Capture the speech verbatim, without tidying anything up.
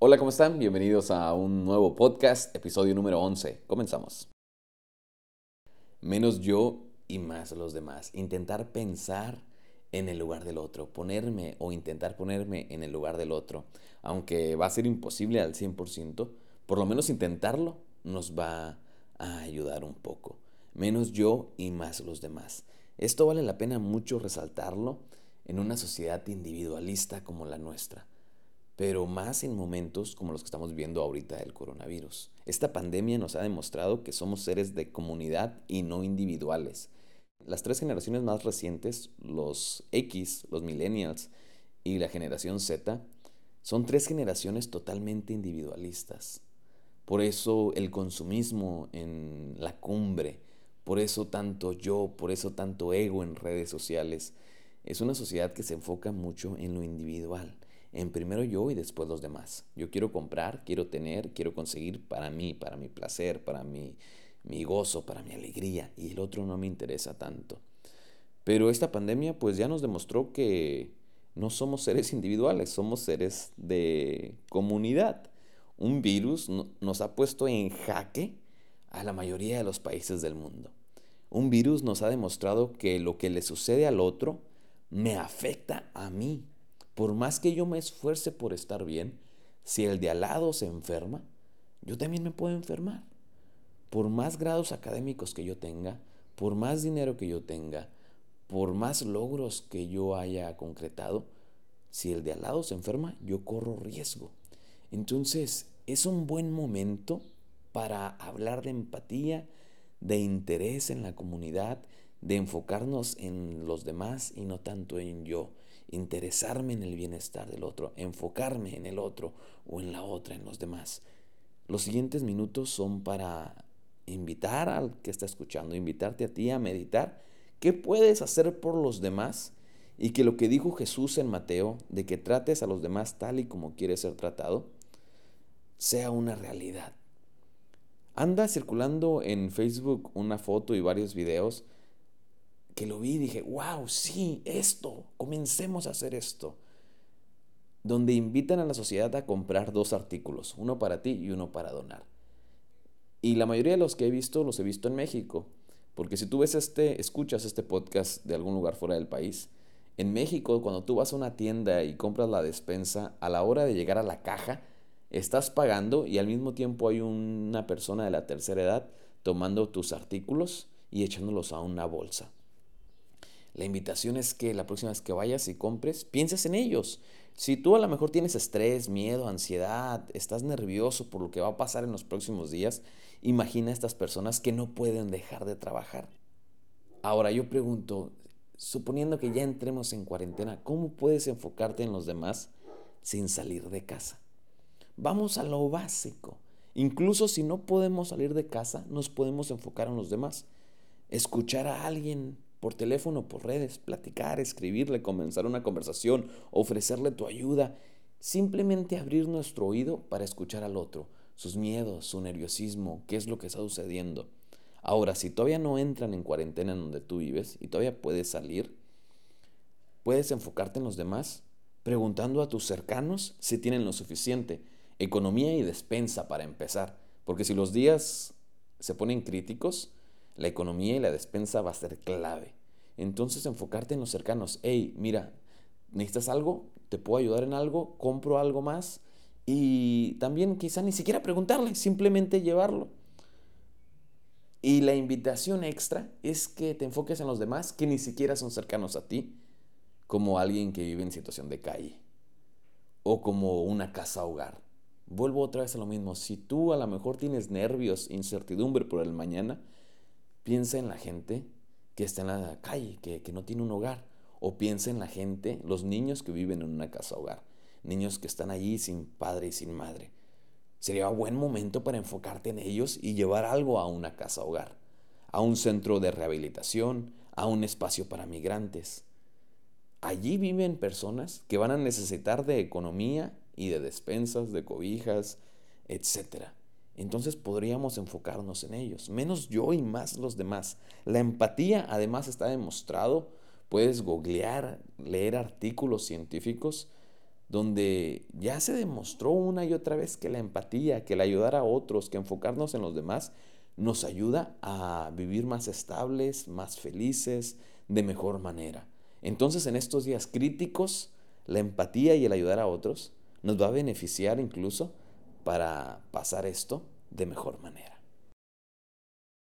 Hola, ¿cómo están? Bienvenidos a un nuevo podcast, episodio número once. Comenzamos. Menos yo y más los demás. Intentar pensar en el lugar del otro, ponerme o intentar ponerme en el lugar del otro. Aunque va a ser imposible al cien por ciento, por lo menos intentarlo nos va a ayudar un poco. Menos yo y más los demás. Esto vale la pena mucho resaltarlo en una sociedad individualista como la nuestra, pero más en momentos como los que estamos viendo ahorita del coronavirus. Esta pandemia nos ha demostrado que somos seres de comunidad y no individuales. Las tres generaciones más recientes, los X, los millennials y la generación Z, son tres generaciones totalmente individualistas. Por eso el consumismo en la cumbre, por eso tanto yo, por eso tanto ego en redes sociales. Es una sociedad que se enfoca mucho en lo individual, en primero yo y después los demás. Yo quiero comprar, quiero tener, quiero conseguir para mí, para mi placer, para mi, mi gozo, para mi alegría, y el otro no me interesa tanto. Pero esta pandemia pues ya nos demostró que no somos seres individuales, somos seres de comunidad. Un virus no- nos ha puesto en jaque a la mayoría de los países del mundo. Un virus nos ha demostrado que lo que le sucede al otro me afecta a mí. Por más que yo me esfuerce por estar bien, si el de al lado se enferma, yo también me puedo enfermar. Por más grados académicos que yo tenga, por más dinero que yo tenga, por más logros que yo haya concretado, si el de al lado se enferma, yo corro riesgo. Entonces, es un buen momento para hablar de empatía, de interés en la comunidad, de enfocarnos en los demás y no tanto en yo. Interesarme en el bienestar del otro, enfocarme en el otro o en la otra, en los demás. Los siguientes minutos son para invitar al que está escuchando, invitarte a ti a meditar qué puedes hacer por los demás y que lo que dijo Jesús en Mateo, de que trates a los demás tal y como quieres ser tratado, sea una realidad. Anda circulando en Facebook una foto y varios videos que lo vi y dije, wow, sí, esto, comencemos a hacer esto, donde invitan a la sociedad a comprar dos artículos, uno para ti y uno para donar. Y la mayoría de los que he visto los he visto en México, porque si tú ves este, escuchas este podcast de algún lugar fuera del país, en México cuando tú vas a una tienda y compras la despensa, a la hora de llegar a la caja, estás pagando y al mismo tiempo hay una persona de la tercera edad tomando tus artículos y echándolos a una bolsa. La invitación es que la próxima vez que vayas y compres, pienses en ellos. Si tú a lo mejor tienes estrés, miedo, ansiedad, estás nervioso por lo que va a pasar en los próximos días, imagina a estas personas que no pueden dejar de trabajar. Ahora yo pregunto, suponiendo que ya entremos en cuarentena, ¿cómo puedes enfocarte en los demás sin salir de casa? Vamos a lo básico. Incluso si no podemos salir de casa, nos podemos enfocar en los demás. Escuchar a alguien por teléfono, por redes, platicar, escribirle, comenzar una conversación, ofrecerle tu ayuda. Simplemente abrir nuestro oído para escuchar al otro, sus miedos, su nerviosismo, qué es lo que está sucediendo. Ahora, si todavía no entran en cuarentena en donde tú vives y todavía puedes salir, puedes enfocarte en los demás, preguntando a tus cercanos si tienen lo suficiente, economía y despensa para empezar, porque si los días se ponen críticos, la economía y la despensa va a ser clave. Entonces enfocarte en los cercanos, hey, mira, ¿necesitas algo? ¿Te puedo ayudar en algo? ¿Compro algo más? Y también quizá ni siquiera preguntarle, simplemente llevarlo. Y la invitación extra es que te enfoques en los demás que ni siquiera son cercanos a ti, como alguien que vive en situación de calle o como una casa hogar. Vuelvo otra vez a lo mismo. Si tú a lo mejor tienes nervios, incertidumbre por el mañana, piensa en la gente que está en la calle, que, que no tiene un hogar. O piensa en la gente, los niños que viven en una casa hogar. Niños que están allí sin padre y sin madre. Sería un buen momento para enfocarte en ellos y llevar algo a una casa hogar, a un centro de rehabilitación, a un espacio para migrantes. Allí viven personas que van a necesitar de economía y de despensas, de cobijas, etcétera. Entonces podríamos enfocarnos en ellos, menos yo y más los demás. La empatía además está demostrado, puedes googlear, leer artículos científicos donde ya se demostró una y otra vez que la empatía, que el ayudar a otros, que enfocarnos en los demás, nos ayuda a vivir más estables, más felices, de mejor manera. Entonces, en estos días críticos, la empatía y el ayudar a otros nos va a beneficiar incluso para pasar esto de mejor manera.